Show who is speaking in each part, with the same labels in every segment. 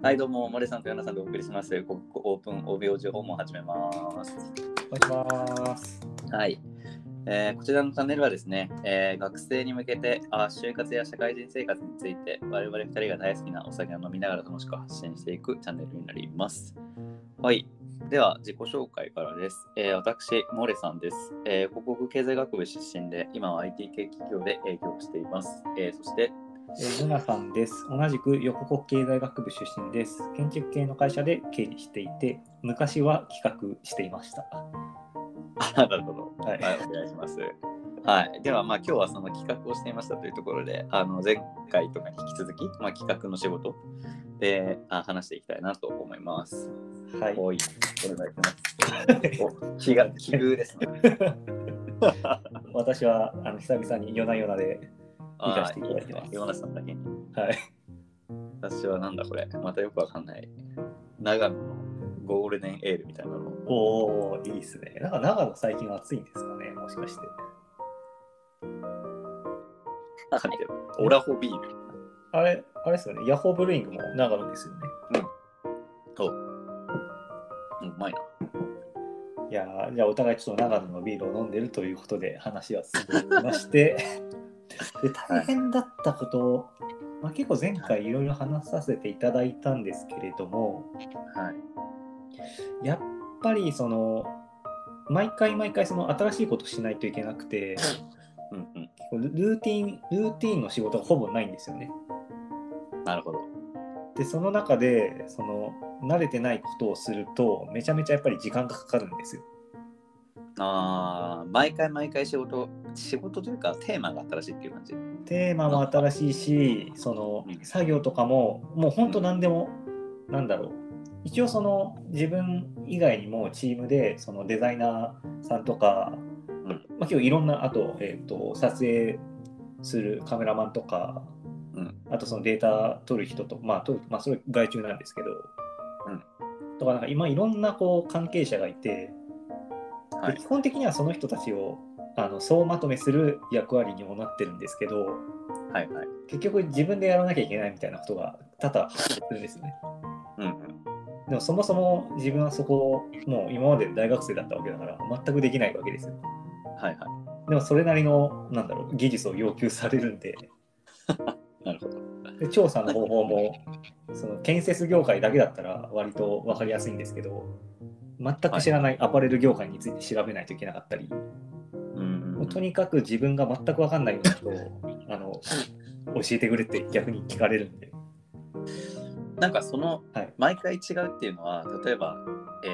Speaker 1: はい、どうも、森さんと柳さんでお送りします。オープン OBO 情報も始めます。
Speaker 2: お願いします。
Speaker 1: はい。こちらのチャンネルはですね、学生に向けて就活や社会人生活について我々2人が大好きなお酒を飲みながら楽しく発信していくチャンネルになります。はい。では、自己紹介からです。私、モレさんです。広告経済学部出身で、今は IT 系企業で営業をしています。そして、
Speaker 2: ルナさんです。同じく横国経済学部出身です。建築系の会社で経理していて、昔は企画していました。
Speaker 1: なるほど。
Speaker 2: はい、
Speaker 1: お願いします。はい。では、今日はその企画をしていましたというところで、前回とかに引き続き、企画の仕事で話していきたいなと思います。
Speaker 2: はい。
Speaker 1: お願いします。気風ですね。
Speaker 2: 私は久々に夜な夜なで行かせていただきます。
Speaker 1: ヨナさんだけに。
Speaker 2: はい。
Speaker 1: 私はなんだこれ、またよくわかんない。長野のゴールデンエールみたいなの。
Speaker 2: おー、いいですね。なんか長野最近暑いんですかね、もしかして。
Speaker 1: オラホビール。
Speaker 2: あれですよね。ヤホーブルーイングも長野ですよね。
Speaker 1: うまいな。
Speaker 2: いやじゃあお互いちょっと長野のビールを飲んでるということで話は進んでましてで大変だったことを、結構前回いろいろ話させていただいたんですけれども、
Speaker 1: はい、
Speaker 2: やっぱりその毎回その新しいことしないといけなくて、ルーティンの仕事がほぼないんですよね。
Speaker 1: なるほど。
Speaker 2: でその中でその慣れてないことをするとめちゃめちゃやっぱり時間がかかるんですよ。
Speaker 1: 毎回仕事というかテーマが新しいっていう感じ。
Speaker 2: テーマも新しいし、その作業とかももう本当何でも、なんだろう、一応その自分以外にもチームでそのデザイナーさんとか、結構いろんな、あと、撮影するカメラマンとか、あとそのデータ取る人と、それ外注なんですけど、とかなんか今いろんなこう関係者がいて、で基本的にはその人たちを総まとめする役割にもなってるんですけど、結局自分でやらなきゃいけないみたいなことが多々発生するんですよね。でもそもそも自分はそこをもう今まで大学生だったわけだから全くできないわけですよ。でもそれなりの技術を要求されるんで
Speaker 1: なるほど。
Speaker 2: で調査の方法もその建設業界だけだったら割と分かりやすいんですけど、全く知らないアパレル業界について調べないといけなかったり、とにかく自分が全く分かんないことを教えてくれって逆に聞かれるんで、
Speaker 1: なんかその、毎回違うっていうのは例えば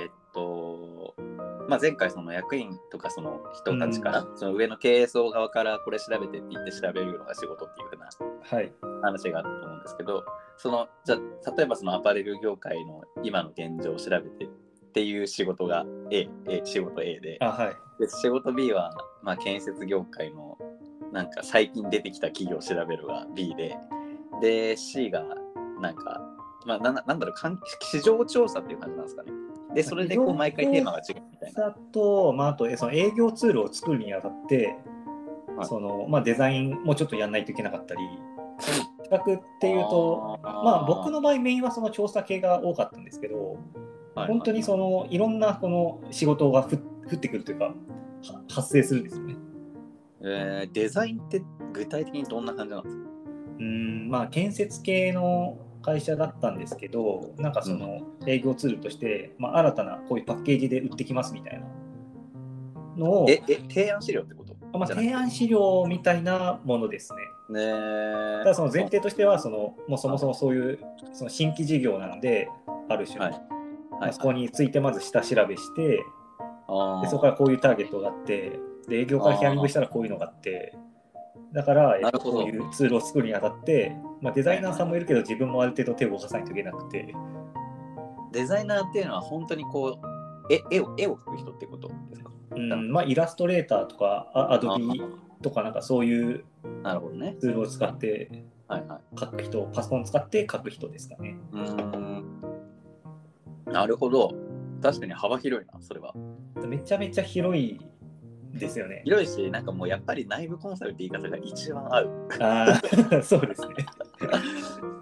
Speaker 1: 前回その役員とかその人たちから、その上の経営層側からこれ調べてって言って調べるのが仕事っていうふうな話があったと思うんですけど、じゃあ例えばそのアパレル業界の今の現状を調べてっていう仕事が仕事 A で、で仕事 B は建設業界のなんか最近出てきた企業を調べるが B で C がなんかなんだろう、市場調査っていう感じなんですかね。でそれでこう毎回テーマが違うみたいな。
Speaker 2: あとその営業ツールを作るにあたって、そのデザインもちょっとやんないといけなかったり、企画っていうと僕の場合メインはその調査系が多かったんですけど、本当にそのいろんなこの仕事が降ってくるというか発生するんですよね。
Speaker 1: デザインって具体的にどんな感じなんですか？
Speaker 2: 建設系の会社だったんですけど、なんかその営業ツールとして、新たなこういうパッケージで売ってきますみたいなのを
Speaker 1: 提案資料ってこと？
Speaker 2: 提案資料みたいなものですね。ただその前提としてはもうそもそもそういうその新規事業なんで、ある種そこについてまず下調べして、でそこからこういうターゲットがあって、で営業からヒアリングしたらこういうのがあって、だから、こういうツールを作るにあたって、デザイナーさんもいるけど自分もある程度手を動かさないといけなくて。
Speaker 1: デザイナーっていうのは本当にこう絵を描く人ってことですか？
Speaker 2: イラストレーターとかアドビとかなんかそういうツールを使って描く人、パソコン使って描く人ですかね。
Speaker 1: なるほど。確かに幅広いな、それは。
Speaker 2: めちゃめちゃ広いですよね。
Speaker 1: 広いし、なんかもうやっぱり内部コンサルって言い方が一番合う。
Speaker 2: そうですね。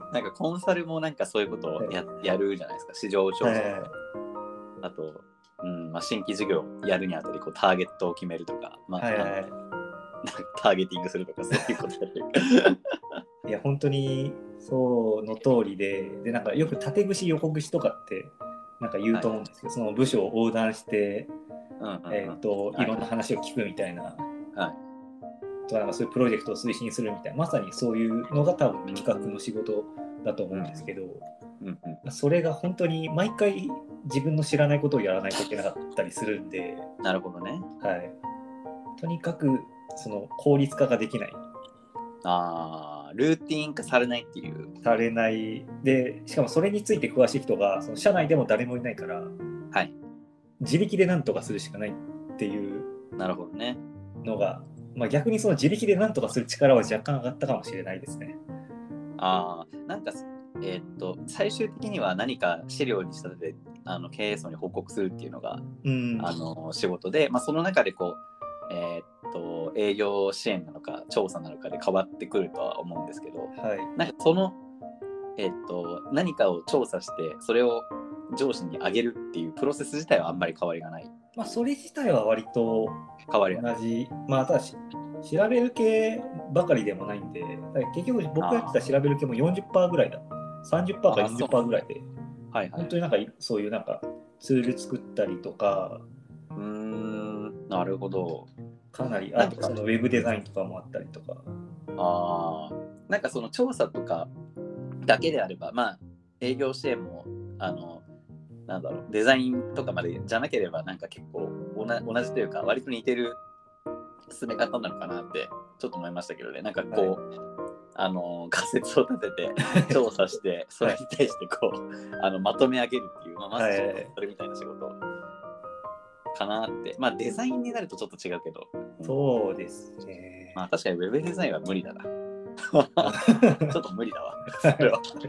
Speaker 1: なんかコンサルもなんかそういうことをやるじゃないですか、市場調査、あと、新規事業やるにあたりこうターゲットを決めるとか、なんかターゲティングするとか、そういうことやってる。
Speaker 2: いや、本当にそうの通りで、なんかよく縦串横串とかってなんか言うと思うんですけど、その部署を横断して、いろんな話を聞くみたいな、とかなんかそういうプロジェクトを推進するみたいな、まさにそういうのが多分企画の仕事だと思うんですけど、それが本当に毎回自分の知らないことをやらないといけなかったりするんで。
Speaker 1: なるほどね。
Speaker 2: はい。とにかくその効率化ができない。
Speaker 1: ルーティン化されないっていう。
Speaker 2: されないで、しかもそれについて詳しい人がその社内でも誰もいないから、
Speaker 1: はい、
Speaker 2: 自力で何とかするしかないっていう
Speaker 1: なるほどね
Speaker 2: のが、逆にその自力で何とかする力は若干上がったかもしれないですね。
Speaker 1: なんか最終的には何か資料に仕立てて経営層に報告するっていうのが、仕事で、その中でこう、営業支援なのか調査なのかで変わってくるとは思うんですけど、なんかその、何かを調査してそれを上司に上げるっていうプロセス自体はあんまり変わりがない。
Speaker 2: それ自体は割と
Speaker 1: 変わり
Speaker 2: 同じ。ただし調べる系ばかりでもないんで、結局僕がやってた調べる系も 40% ぐらいだ。30% か 40% ぐらいで、本当になんかそういうなんかツール作ったりとか、
Speaker 1: なるほど。
Speaker 2: かなり、あとそのウェブデザインとかもあったりとか。
Speaker 1: なんかその調査とかだけであれば、営業支援もなんだろう、デザインとかまでじゃなければなんか結構同じというか割と似てる進め方なのかなってちょっと思いましたけどね。なんかこう、仮説を立てて調査してそれに対してこうまとめ上げるっていう、まずそれみたいな仕事かなって。デザインになるとちょっと違うけど。
Speaker 2: そうですね。
Speaker 1: 確かにウェブデザインは無理だな。ちょっと無理だわ。それは。ちょ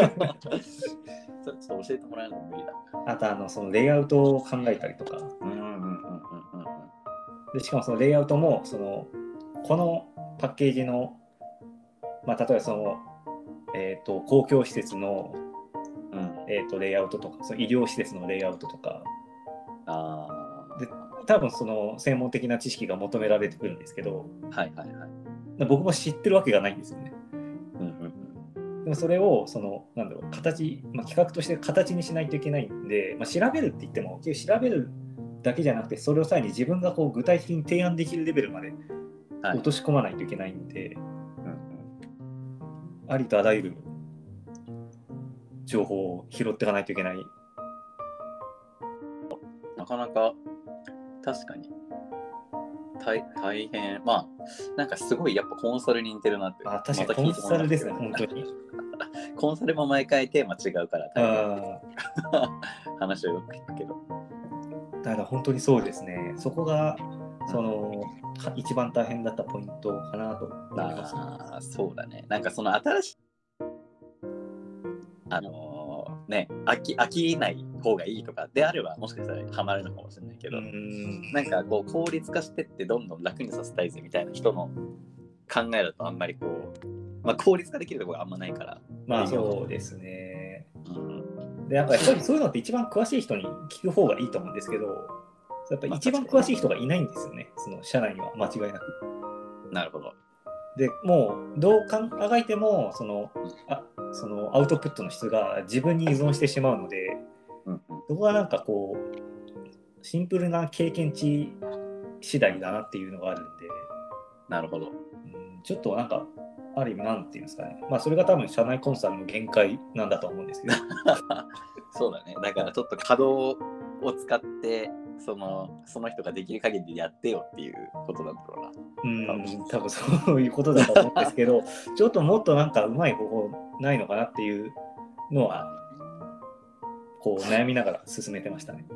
Speaker 1: っと教えてもらえるの無理だ。
Speaker 2: あとそのレイアウトを考えたりとか。でしかもそのレイアウトもこのパッケージの、例えばその、公共施設の、レイアウトとか、その医療施設のレイアウトとか。で多分その専門的な知識が求められてくるんですけど、僕も知ってるわけがないんですよね。でもそれを形、企画として形にしないといけないんで、調べるって言っても調べるだけじゃなくて、それをさらに自分がこう具体的に提案できるレベルまで落とし込まないといけないんで、ありとあらゆる情報を拾っていかないといけない。
Speaker 1: なかなか確かに大変。なんかすごいやっぱコンサルに似てるなって。
Speaker 2: 確かにコンサルですね、本当に。
Speaker 1: コンサルも毎回テーマ違うから大変話をよく聞くけど。
Speaker 2: だから本当にそうですね。そこが一番大変だったポイントかなと思います。
Speaker 1: そうだね。なんかその新しい飽きない方がいいとかであればもしかしたらハマるのかもしれないけど、なんかこう効率化してってどんどん楽にさせたいぜみたいな人の考えだとあんまりこう、効率化できるところがあんまないから。
Speaker 2: そうですね。でやっぱりそういうのって一番詳しい人に聞く方がいいと思うんですけど、やっぱり一番詳しい人がいないんですよね、その社内には間違いなく。なるほど。でもうどう考えてもそのアウトプットの質が自分に依存してしまうので、そこはなんかこうシンプルな経験値次第だなっていうのがあるんで。
Speaker 1: なるほど。
Speaker 2: ちょっとなんかある意味なんていうんですかね、それが多分社内コンサルの限界なんだと思うんですけど。
Speaker 1: そうだね。だからちょっと稼働を使ってその人ができる限りやってよっていうことなんだろうな。多分そういうことだと思うんですけど、ちょっともっとなんかうまい方法ないのかなっていうのはこう悩みながら進めてましたね。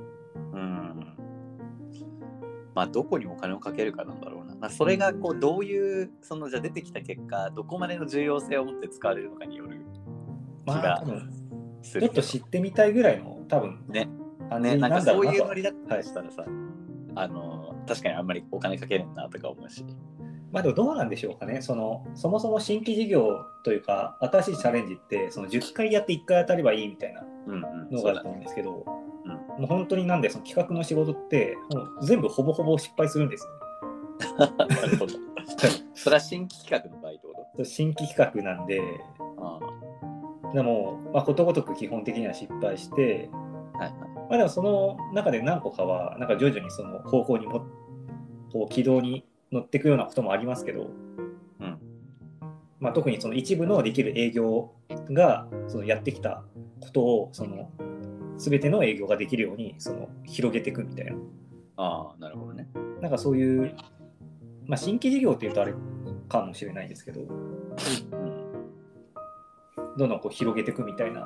Speaker 1: どこにお金をかけるかなんだろうな。それがこうどういうじゃあ出てきた結果どこまでの重要性を持って使われるのかによる気がする。
Speaker 2: ちょっと知ってみたいぐらいの多分
Speaker 1: ね、なんかそういうノリだったりしたらさ、確かにあんまりお金かけるんなとか思うし。
Speaker 2: まあでもどうなんでしょうかね。そもそも新規事業というか新しいチャレンジってその10回やって1回当たればいいみたいなのがあると思うんですけど、もう本当になんでその企画の仕事ってもう全部ほぼほぼ失敗するんです
Speaker 1: よね。なるほど。それは新規企画の場合ってこと？
Speaker 2: 新規企画なんで、でも、まあ、ことごとく基本的には失敗して、はいはい、まあ、でもその中で何個かはなんか徐々にその方向にこう軌道に乗っていくようなこともありますけど、まあ、特にその一部のできる営業がそのやってきたことをその全ての営業ができるようにその広げていくみたいな。
Speaker 1: なるほどね。
Speaker 2: なんかそういう、まあ、新規事業っていうとあれかもしれないですけど、どんどんこう広げていくみたいな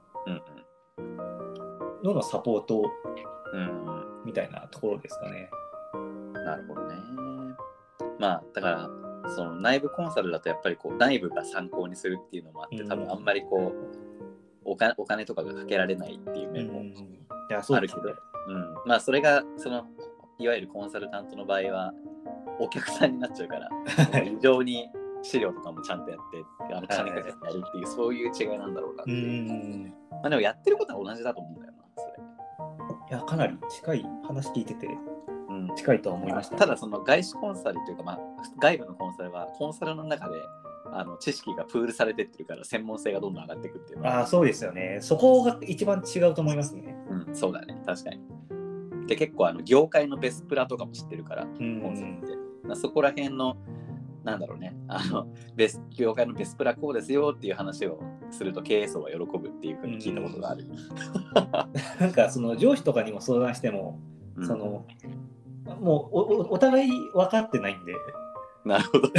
Speaker 2: ののサポートみたいなところですかね。
Speaker 1: なるほどね。まあだからその内部コンサルだとやっぱりこう内部が参考にするっていうのもあって、多分あんまりこうお金とかがかけられないっていう面もあるけど、まあそれがそのいわゆるコンサルタントの場合はお客さんになっちゃうから非常に資料とかもちゃんとやって金かけてやるっていう、そういう違いなんだろうなっていう。まあでもやってることは同じだと思うんだよな、それ。
Speaker 2: いやかなり近い話聞いてて近いとは思いました、ね。
Speaker 1: ただその外資コンサルというか、まあ、外部のコンサルはコンサルの中で知識がプールされてってるから専門性がどんどん上がっていくっていうのは。
Speaker 2: そうですよね。そこが一番違うと思いますね。
Speaker 1: そうだね、確かに。で結構業界のベスプラとかも知ってるから、コンサルってそこら辺のなんだろうね、業界のベスプラこうですよっていう話をすると経営層は喜ぶっていうふうに聞いたことがある。
Speaker 2: なんかその上司とかにも相談しても、そのもう お互い分かってないんで。
Speaker 1: なるほど。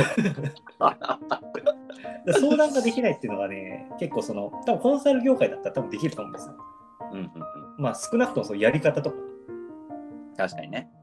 Speaker 2: 相談ができないっていうのがね、結構その多分コンサル業界だったら多分できると思うんですよ。まあ少なくともそのやり方とか。
Speaker 1: 確かにね。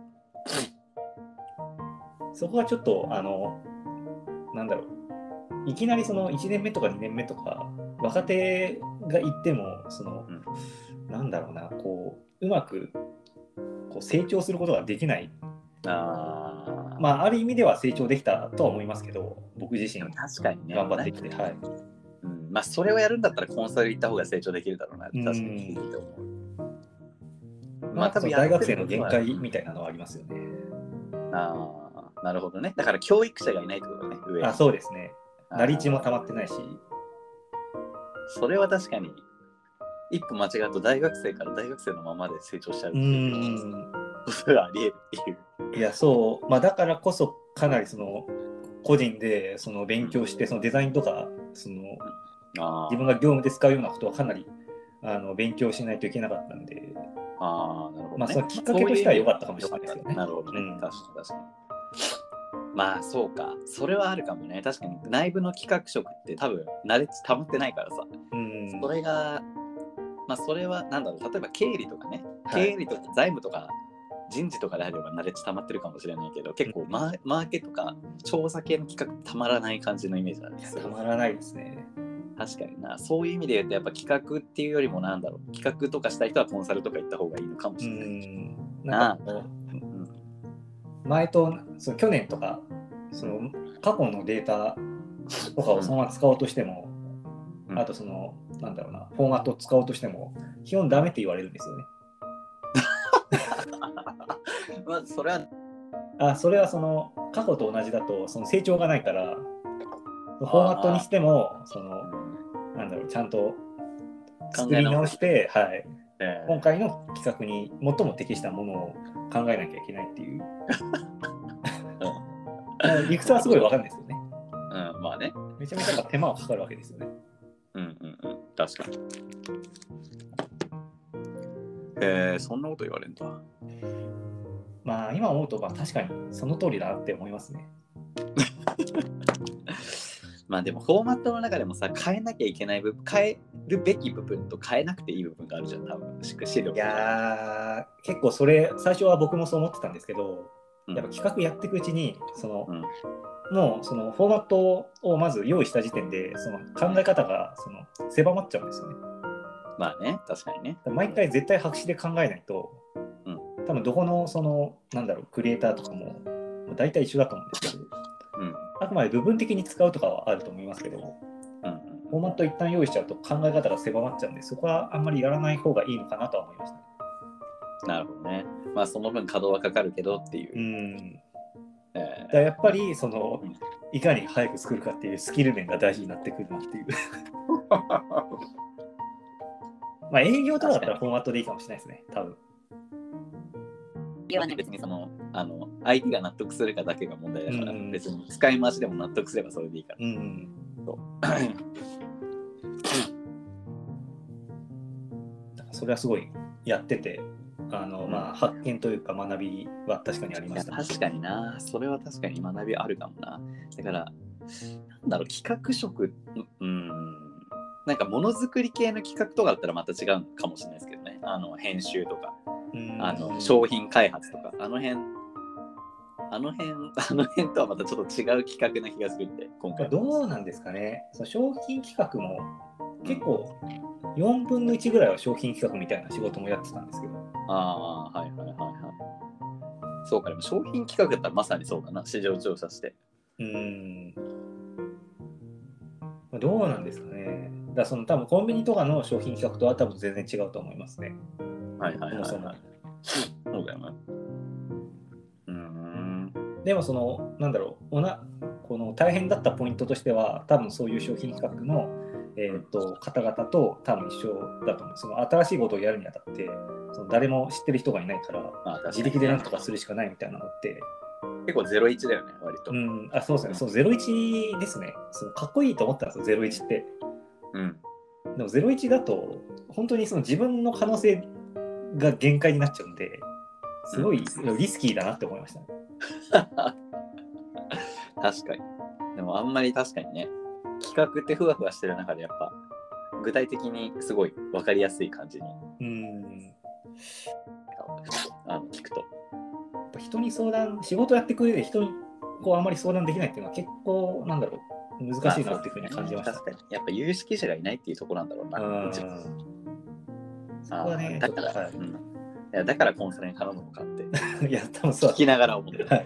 Speaker 2: そこはちょっとなんだろう、いきなりその1年目とか2年目とか若手が行ってもその、なんだろうな、こううまくこう成長することができない。まあある意味では成長できたとは思いますけど、僕自身
Speaker 1: 確かにね
Speaker 2: 頑張ってきて、はい。
Speaker 1: まあそれをやるんだったらコンサル行った方が成長できるだろうな。確かにいいと思う。
Speaker 2: まあ多分大学生の限界みたいなのはありますよね。
Speaker 1: なるほどね。だから教育者がいないってことね、上に。
Speaker 2: そうですね。なり地も溜まってないし。
Speaker 1: それは確かに、一歩間違うと大学生から大学生のままで成長しちゃうっていうことがあり得るっていう。
Speaker 2: いや、そう。まあだからこそかなりその個人でその勉強して、そのデザインとか、その自分が業務で使うようなことはかなり勉強しないといけなかったんで。なるほどね。まあそのきっかけとしては良かったかもしれないですよね。
Speaker 1: なるほどね。確かに。まあそうか、それはあるかもね。確かに内部の企画職って多分慣れ溜まってないからさ、それがまあそれはなんだろう、例えば経理とかね、経理とか財務とか人事とかであれば慣れ溜まってるかもしれないけど、結構マーケとか調査系の企画たまらない感じのイメージなんですよ。
Speaker 2: たまらないですね。
Speaker 1: 確かにな。そういう意味で言うとやっぱ企画っていうよりもなんだろう、企画とかしたい人はコンサルとか行った方がいいのかもしれない。
Speaker 2: なんか前とその去年とかその過去のデータとかをそのまま使おうとしても、あとそのなんだろうな、フォーマットを使おうとしても基本ダメって言われるんですよね。
Speaker 1: まあそれ
Speaker 2: はその過去と同じだとその成長がないから、フォーマットにしてもそのなんだろう、ちゃんと作り直して、今回の企画に最も適したものを考えなきゃいけないっていう。理屈はすごいわかるんですよね。
Speaker 1: まあね。
Speaker 2: めちゃめちゃ手間はかかるわけですよね。
Speaker 1: 確かに。そんなこと言われるんだ。
Speaker 2: まあ今思うと確かにその通りだなって思いますね。
Speaker 1: まあでもフォーマットの中でもさ、変えなきゃいけない部分、変えるべき部分と変えなくていい部分があるじゃん、多分。い
Speaker 2: やー、結構それ最初は僕もそう思ってたんですけど、やっぱ企画やっていくうちにその、もうそのフォーマットをまず用意した時点でその考え方がその狭まっちゃうんですよね。
Speaker 1: まあね、確かにね。
Speaker 2: 毎回絶対白紙で考えないと、多分どこのそのなんだろうクリエイターとかも大体一緒だと思うんですけど、 くまで部分的に使うとかはあると思いますけど、フォーマット一旦用意しちゃうと考え方が狭まっちゃうんで、そこはあんまりやらない方がいいのかなとは思いましたね。
Speaker 1: なるほどね。まあその分稼働はかかるけどっていう。
Speaker 2: だやっぱりそのいかに早く作るかっていうスキル面が大事になってくるなっていう。まあ営業とかだったらフォーマットでいいかもしれないですね、多分。
Speaker 1: いやね、別にその相手が納得するかだけが問題だから、別に使い回しでも納得すればそれでいいから。そう
Speaker 2: それはすごいやってて、まあ、発見というか学びは確かにありました。
Speaker 1: 確かにな、それは確かに学びあるかもな。だから、なんだろう、企画職、なんかものづくり系の企画とかだったらまた違うかもしれないですけどね。編集とか、商品開発とか、あの辺とはまたちょっと違う企画な気がするんで、今回。
Speaker 2: どうなんですかね。その商品企画も結構4分の1ぐらいは商品企画みたいな仕事もやってたんですけど。
Speaker 1: はいはいはいはい。そうか、でも商品企画だったらまさにそうだな、市場調査して。
Speaker 2: どうなんですかね。だその多分コンビニとかの商品企画とは多分全然違うと思いますね。
Speaker 1: はいはいはい、はい。そうだよね。
Speaker 2: でもそのなんだろう、この大変だったポイントとしては多分そういう商品企画の、方々と多分一緒だと思う。その新しいことをやるにあたってその誰も知ってる人がいないから自力で何とかするしかないみたいなのって
Speaker 1: 結構01だよね、割と。
Speaker 2: そうですね、そう01ですね。そのかっこいいと思ったんですよ、01って。でも01だと本当にその自分の可能性が限界になっちゃうんで、すごいリスキーだなって思いましたね。
Speaker 1: 確かに。でもあんまり確かにね、企画ってふわふわしてる中でやっぱ具体的にすごい分かりやすい感じに聞くと。
Speaker 2: 人に相談、仕事やってくれで人にこうあまり相談できないっていうのは結構なんだろう、難しいなっていうふうに感じました。
Speaker 1: 確かに。やっぱ有識者がいないっていうところなんだろうな。
Speaker 2: そこはね、
Speaker 1: だからだからコンサルに頼むのかって。
Speaker 2: いや、多分そう。
Speaker 1: 聞きながら思ってた。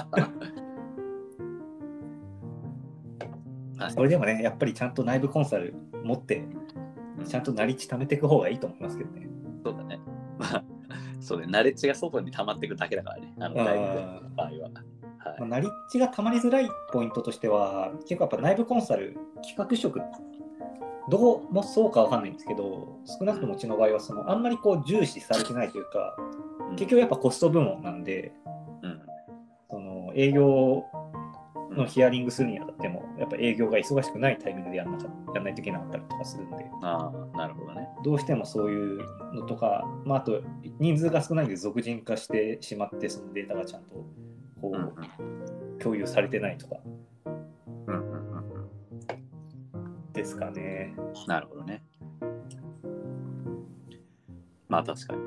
Speaker 2: それでもね、やっぱりちゃんと内部コンサル持って、ちゃんとナレッジ貯めていく方がいいと思いますけどね。
Speaker 1: そうだね。まあ、そうね、ナレッジが外に溜まっていくだけだからね、内部の場合は。
Speaker 2: ナレッジが溜まりづらいポイントとしては、結構やっぱ内部コンサル、企画職、どうもそうかわかんないんですけど、少なくともうちの場合はあんまりこう重視されてないというか、結局やっぱコスト部門なんで、その営業のヒアリングするにあたっても、やっぱ営業が忙しくないタイミングでやらないといけなかったりとかするんで、
Speaker 1: なるほどね。
Speaker 2: どうしてもそういうのとか、あと人数が少ないんで俗人化してしまって、そのデータがちゃんとこう共有されてないとかですかね。
Speaker 1: なるほどね。まあ確かに。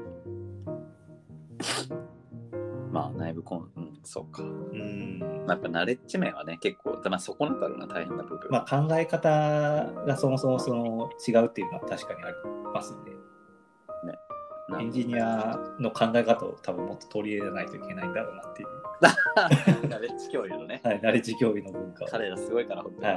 Speaker 1: まあ内部そうか。やっぱナレッジ面はね、結構、そこなんだろうな、大変な部分。
Speaker 2: 考え方がそもそも違うっていうのは確かにありますんで。エンジニアの考え方を多分もっと取り入れないといけないんだろうなっていう。
Speaker 1: ナレッジ共有のね。
Speaker 2: はい、ナレッジ共有の文化。
Speaker 1: 彼らすごいから、本当に。はい。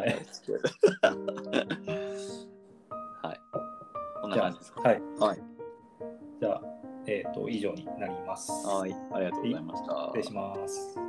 Speaker 1: こんな感じですか。
Speaker 2: はい。じゃあ、以上になります。
Speaker 1: はい、ありがとうございました。
Speaker 2: 失礼します。